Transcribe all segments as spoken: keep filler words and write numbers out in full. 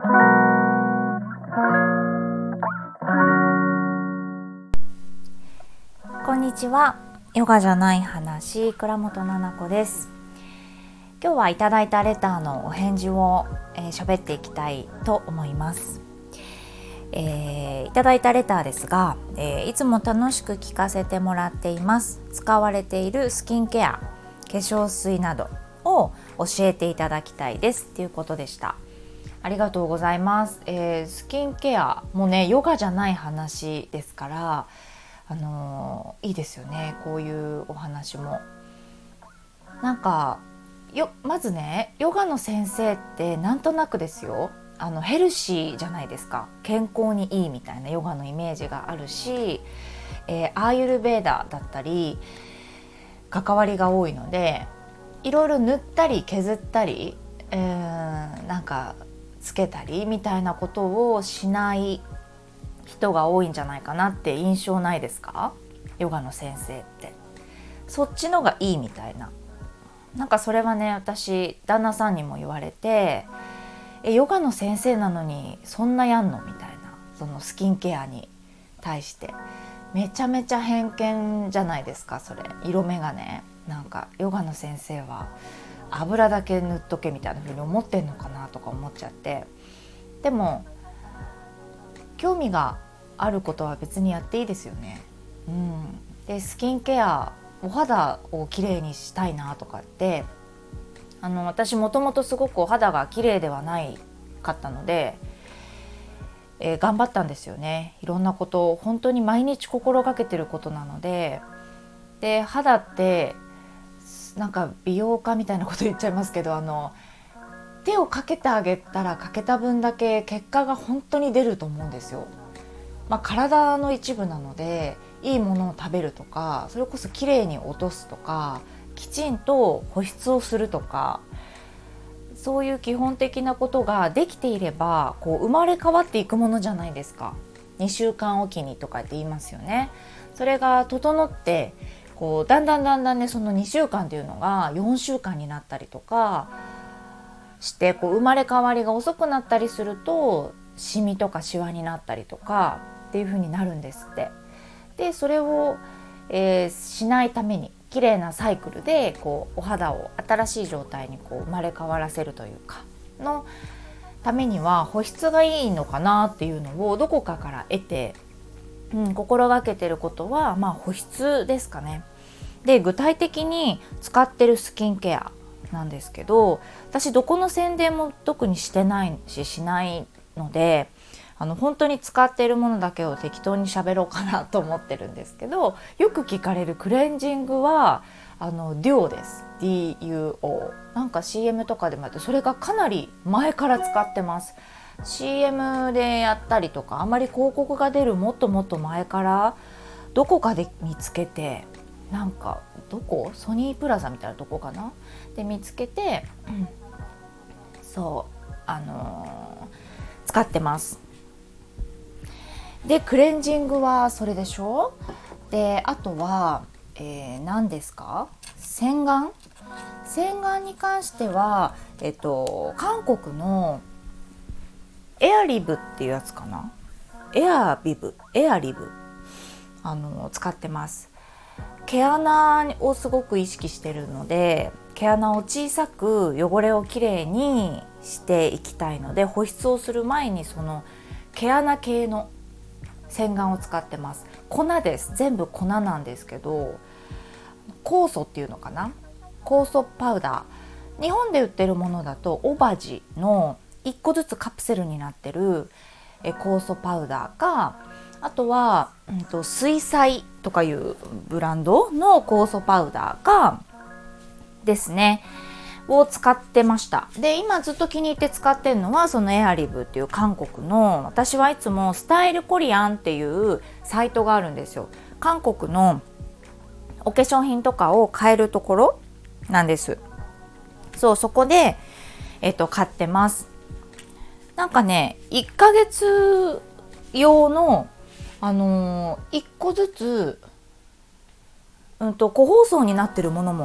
こんにちは。ヨガじゃない話、倉本々子です。今日はいただいたレターのお返事をえー、喋っていきたいと思います。えー、いただいたレターですが、えー、いつも楽しく聞かせてもらっています。使われているスキンケア、化粧水などを教えていただきたいですということでした。ありがとうございます。えー、スキンケアもね、ヨガじゃない話ですから、あのー、いいですよね、こういうお話も。なんかよまずね、ヨガの先生ってなんとなくですよ、あのヘルシーじゃないですか。健康にいいみたいなヨガのイメージがあるし、えー、アーユルヴェーダだったり関わりが多いので、いろいろ塗ったり削ったり、えー、なんかつけたりみたいなことをしない人が多いんじゃないかなって印象ないですか？ヨガの先生ってそっちのがいいみたいな。なんかそれはね、私旦那さんにも言われて、えヨガの先生なのにそんなやんのみたいな、そのスキンケアに対してめちゃめちゃ偏見じゃないですか。それ色眼鏡、なんかヨガの先生は油だけ塗っとけみたいな風に思ってんのかなとか思っちゃって。でも興味があることは別にやっていいですよね。うん、でスキンケア、お肌をきれいにしたいなとかって、あの私もともとすごくお肌がきれいではないかったので、えー、頑張ったんですよね。いろんなことを本当に毎日心がけてることなので、で肌ってなんか美容家みたいなこと言っちゃいますけど、あの手をかけてあげたらかけた分だけ結果が本当に出ると思うんですよ。まあ、体の一部なので、いいものを食べるとか、それこそきれいに落とすとか、きちんと保湿をするとか、そういう基本的なことができていれば、こう生まれ変わっていくものじゃないですか。にしゅうかんおきにとかって言いますよね。それが整って、こうだんだんだんだんね、そのにしゅうかんっていうのがよんしゅうかんになったりとかして、こう生まれ変わりが遅くなったりすると、シミとかシワになったりとかっていう風になるんですって。でそれを、えー、しないために、綺麗なサイクルでこうお肌を新しい状態にこう生まれ変わらせるというかのためには、保湿がいいのかなっていうのをどこかから得て、うん、心がけてることは、まあ保湿ですかね。で具体的に使ってるスキンケアなんですけど、私どこの宣伝も特にしてないししないので、あの本当に使っているものだけを適当に喋ろうかなと思ってるんですけど、よく聞かれるクレンジングはあのデュオです。 ディーユーオー、 なんか シーエム とかでもやって、それがかなり前から使ってます。 シーエム でやったりとか、あまり広告が出るもっともっと前からどこかで見つけて、なんかどこソニープラザみたいなとこかなで見つけて、うん、そうあのー、使ってます。でクレンジングはそれでしょ。であとは、えー、何ですか、洗顔洗顔に関しては、えっと韓国のエアリブっていうやつかな、エアビブエアリブ、あの使ってます。毛穴をすごく意識してるので、毛穴を小さく汚れをきれいにしていきたいので、保湿をする前にその毛穴系の洗顔を使ってます。粉です。全部粉なんですけど、酵素っていうのかな、酵素パウダー、日本で売ってるものだとオバジのいっこずつカプセルになってるえ酵素パウダーか、あとは、うん、と水彩とかいうブランドの酵素パウダーかですねを使ってました。で今ずっと気に入って使ってるのは、そのエアリブっていう韓国の、私はいつもスタイルコリアンっていうサイトがあるんですよ。韓国のお化粧品とかを買えるところなんです。そう、そこで、えっと、買ってます。なんかね、いっかげつ用の、あのー、いっこずつ、うんと、個包装になってるものも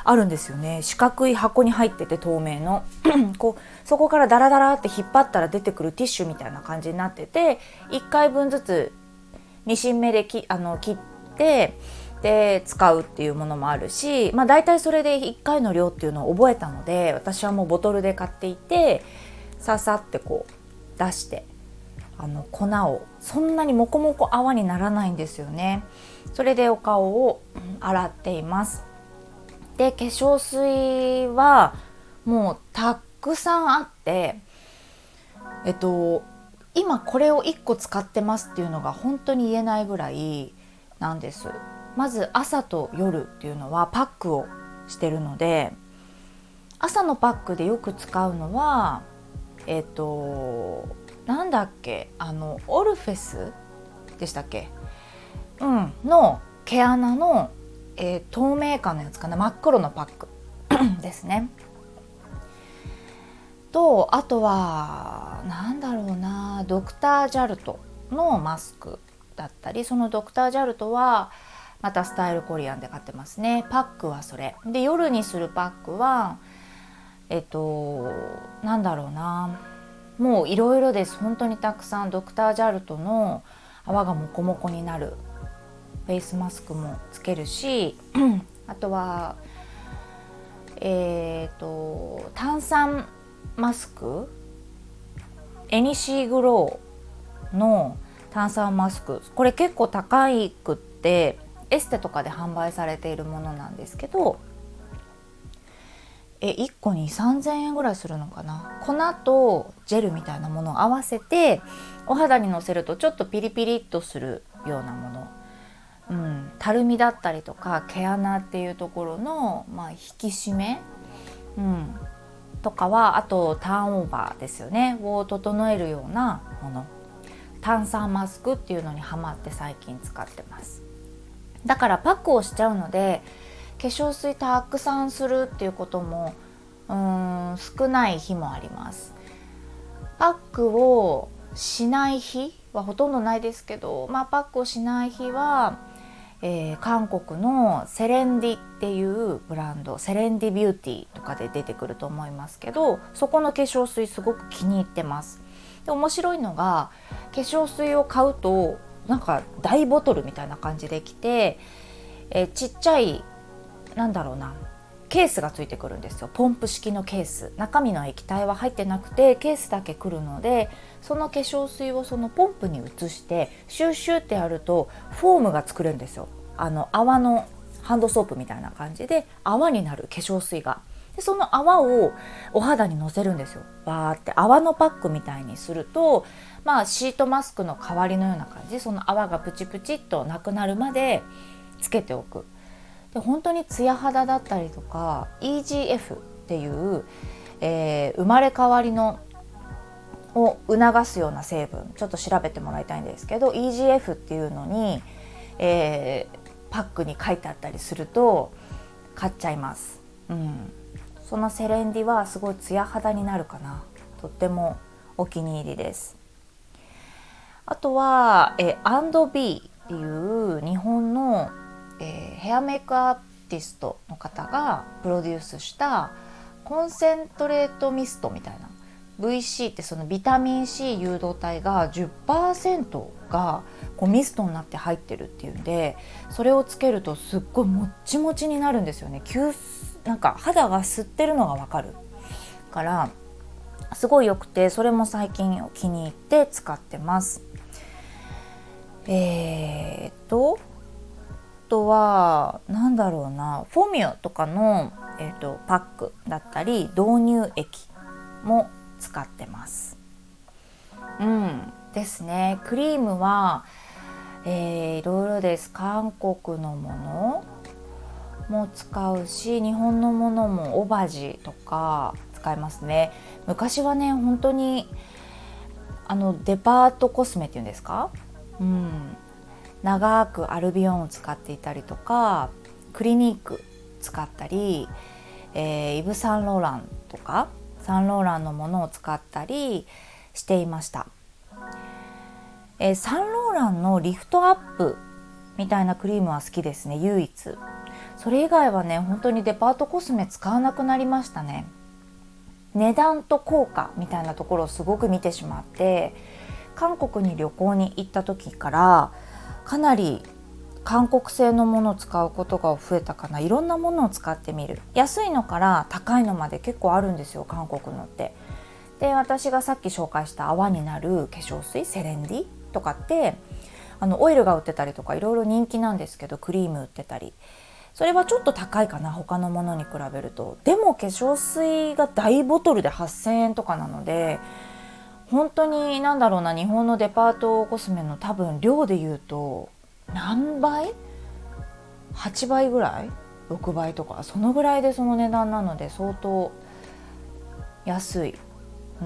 あるんですよね。四角い箱に入ってて透明のこうそこからダラダラって引っ張ったら出てくるティッシュみたいな感じになってて、いっかいぶんずつミシン目できあの切ってで使うっていうものもあるし、まあ、大体それでいっかいの量っていうのを覚えたので、私はもうボトルで買っていて、ささってこう出してあの粉をそんなにモコモコ泡にならないんですよね。それでお顔を洗っています。で化粧水はもうたくさんあって、えっと今これをいっこ使ってますっていうのが本当に言えないぐらいなんです。まず朝と夜っていうのはパックをしてるので、朝のパックでよく使うのはえっとなんだっけあのオルフェスでしたっけ、うんの毛穴の、えー、透明感のやつかな、真っ黒のパックですね。とあとはなんだろうな、ドクタージャルトのマスクだったり、そのドクタージャルトはまたスタイルコリアンで買ってますね。パックはそれで、夜にするパックはえっとなんだろうな、もういろいろです。本当にたくさん。ドクタージャルトの泡がモコモコになるフェイスマスクもつけるしあとはえっと炭酸マスク、エニシーグローの炭酸マスク、これ結構高いくってエステとかで販売されているものなんですけど、えいっこにさんぜんえんぐらいするのかな。粉とジェルみたいなものを合わせてお肌にのせるとちょっとピリピリっとするようなもの、うん、たるみだったりとか毛穴っていうところの、まあ、引き締め、うん、とかは、あとターンオーバーですよねを整えるようなもの、炭酸マスクっていうのにハマって最近使ってます。だからパックをしちゃうので化粧水たくさんするっていうこともうーん少ない日もあります。パックをしない日はほとんどないですけど、まあ、パックをしない日は、えー、韓国のセレンディっていうブランド、セレンディビューティーとかで出てくると思いますけど、そこの化粧水すごく気に入ってます。で面白いのが、化粧水を買うとなんか大ボトルみたいな感じで来て、えー、ちっちゃいなんだろうなケースがついてくるんですよ。ポンプ式のケース、中身の液体は入ってなくてケースだけ来るので、その化粧水をそのポンプに移してシューシューってやるとフォームが作れるんですよ。あの泡のハンドソープみたいな感じで泡になる化粧水が、でその泡をお肌にのせるんですよ。バーって泡のパックみたいにすると、まあシートマスクの代わりのような感じ、その泡がプチプチっとなくなるまでつけておく。で本当にツヤ肌だったりとか イージーエフ っていう、えー、生まれ変わりのを促すような成分、ちょっと調べてもらいたいんですけど イージーエフ っていうのに、えー、パックに書いてあったりすると買っちゃいます、うん、そのセレンディはすごいツヤ肌になるかな。とってもお気に入りです。あとは、えー、アンドビーっていう日本のえー、ヘアメイクアーティストの方がプロデュースしたコンセントレートミストみたいな ブイシー ってそのビタミン C 誘導体が じゅっパーセント がこうミストになって入ってるっていうんで、それをつけるとすっごいもっちもちになるんですよね。吸なんか肌が吸ってるのがわかるからすごい良くて、それも最近気に入って使ってます。えー、っとあとはなんだろうな、フォミュとかの、えーと、パックだったり導入液も使ってます。うんですね。クリームは、えー、いろいろです。韓国のものも使うし、日本のものもオバジとか使いますね。昔はね本当にあのデパートコスメっていうんですか、うん長くアルビオンを使っていたりとか、クリニック使ったり、えー、イヴ・サンローランとかサンローランのものを使ったりしていました。えー、サンローランのリフトアップみたいなクリームは好きですね。唯一それ以外はね本当にデパートコスメ使わなくなりましたね。値段と効果みたいなところをすごく見てしまって、韓国に旅行に行った時からかなり韓国製のものを使うことが増えたかな。いろんなものを使ってみる。安いのから高いのまで結構あるんですよ、韓国のって。で、私がさっき紹介した泡になる化粧水セレンディとかってあのオイルが売ってたりとかいろいろ人気なんですけど、クリーム売ってたり、それはちょっと高いかな、他のものに比べると。でも化粧水が大ボトルではっせんえんとかなので、本当になんだろうな、日本のデパートコスメの多分量で言うと何倍 ?はち 倍ぐらい、ろくばいとかそのぐらいでその値段なので相当安い。うん、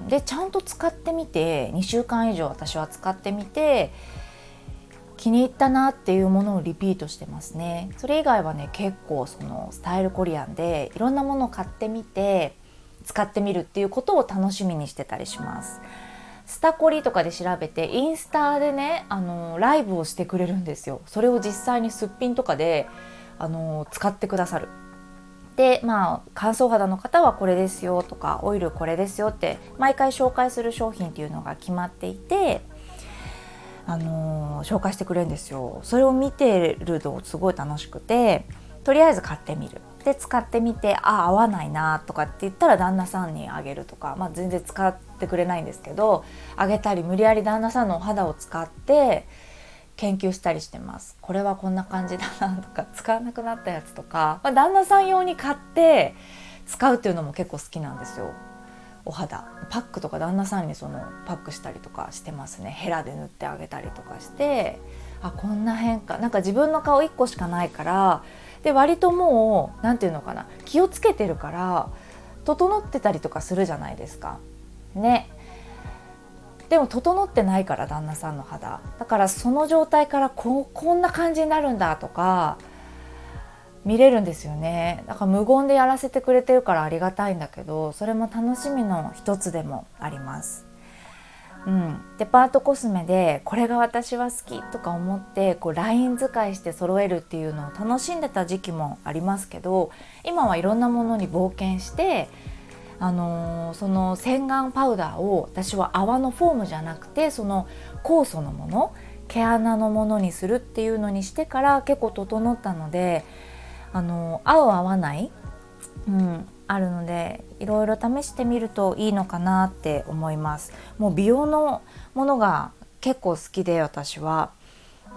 でちゃんと使ってみて、にしゅうかん以上私は使ってみて気に入ったなっていうものをリピートしてますね。それ以外はね結構そのスタイルコリアンでいろんなものを買ってみて使ってみるっていうことを楽しみにしてたりします。スタコリとかで調べてインスタでねあのライブをしてくれるんですよ。それを実際にすっぴんとかであの使ってくださる。でまあ乾燥肌の方はこれですよとかオイルこれですよって毎回紹介する商品っていうのが決まっていて、あのー、紹介してくれるんですよ。それを見てるとすごい楽しくて、とりあえず買ってみる。で使ってみて、あ合わないなとかって言ったら旦那さんにあげるとか、まあ、全然使ってくれないんですけどあげたり、無理やり旦那さんのお肌を使って研究したりしてます。これはこんな感じだなとか、使わなくなったやつとか、まあ、旦那さん用に買って使うっていうのも結構好きなんですよ。お肌パックとか旦那さんにそのパックしたりとかしてますね。ヘラで塗ってあげたりとかして、あこんな変化、なんか自分の顔いっこしかないから、で割ともうなんていうのかな、気をつけてるから整ってたりとかするじゃないですかね。でも整ってないから旦那さんの肌だから、その状態からここんな感じになるんだとか見れるんですよね。だから無言でやらせてくれてるからありがたいんだけど、それも楽しみの一つでもあります。うん、デパートコスメでこれが私は好きとか思ってこうライン使いして揃えるっていうのを楽しんでた時期もありますけど、今はいろんなものに冒険して、あのー、その洗顔パウダーを私は泡のフォームじゃなくてその酵素のもの、毛穴のものにするっていうのにしてから結構整ったので、あのー、合う合わない、うん、あるのでいろいろ試してみるといいのかなって思います。もう美容のものが結構好きで私は、うん、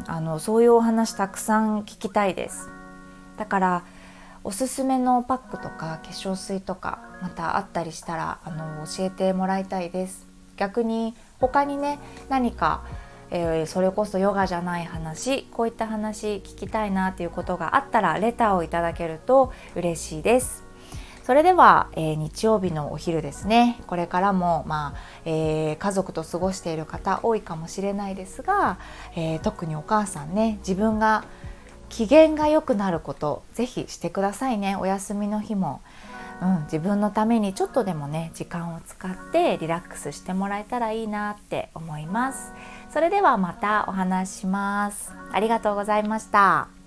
あのそういうお話たくさん聞きたいです。だからおすすめのパックとか化粧水とかまたあったりしたらあの教えてもらいたいです。逆に他にね何か、えー、それこそヨガじゃない話、こういった話聞きたいなということがあったらレターをいただけると嬉しいです。それでは、えー、日曜日のお昼ですね。これからも、まあえー、家族と過ごしている方多いかもしれないですが、えー、特にお母さんね、自分が機嫌が良くなることぜひしてくださいね。お休みの日も、うん、自分のためにちょっとでもね時間を使ってリラックスしてもらえたらいいなって思います。それではまたお話しします。ありがとうございました。